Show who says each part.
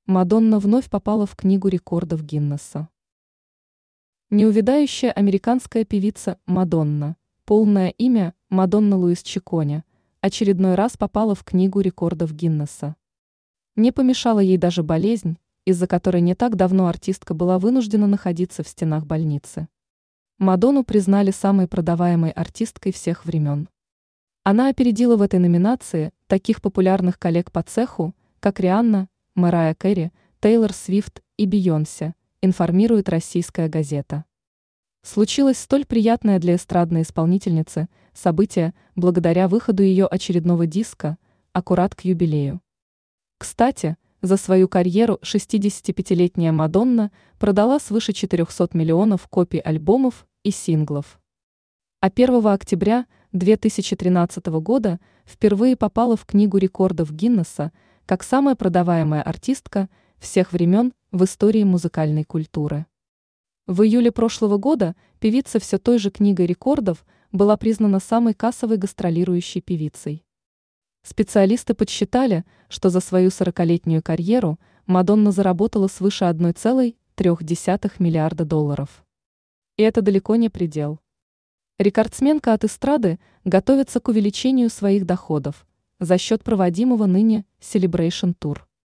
Speaker 1: Мадонна вновь попала в книгу рекордов Гиннесса. Неувядающая американская певица Мадонна, полное имя Мадонна Луис Чиконе, очередной раз попала в книгу рекордов Гиннесса. Не помешала ей даже болезнь, из-за которой не так давно артистка была вынуждена находиться в стенах больницы. Мадонну признали самой продаваемой артисткой всех времен. Она опередила в этой номинации таких популярных коллег по цеху, как Рианна, Мэрайя Кэри, Тейлор Свифт и Бейонсе, информирует «Российская газета». Случилось столь приятное для эстрадной исполнительницы событие благодаря выходу ее очередного диска аккурат к юбилею. Кстати, за свою карьеру 65-летняя Мадонна продала свыше 400 миллионов копий альбомов и синглов. А 1 октября 2013 года впервые попала в книгу рекордов Гиннесса как самая продаваемая артистка всех времен в истории музыкальной культуры. В июле прошлого года певица все той же книгой рекордов была признана самой кассовой гастролирующей певицей. Специалисты подсчитали, что за свою 40-летнюю карьеру Мадонна заработала свыше 1,3 миллиарда долларов. И это далеко не предел. Рекордсменка от эстрады готовится к увеличению своих доходов за счет проводимого ныне Celebration Tour.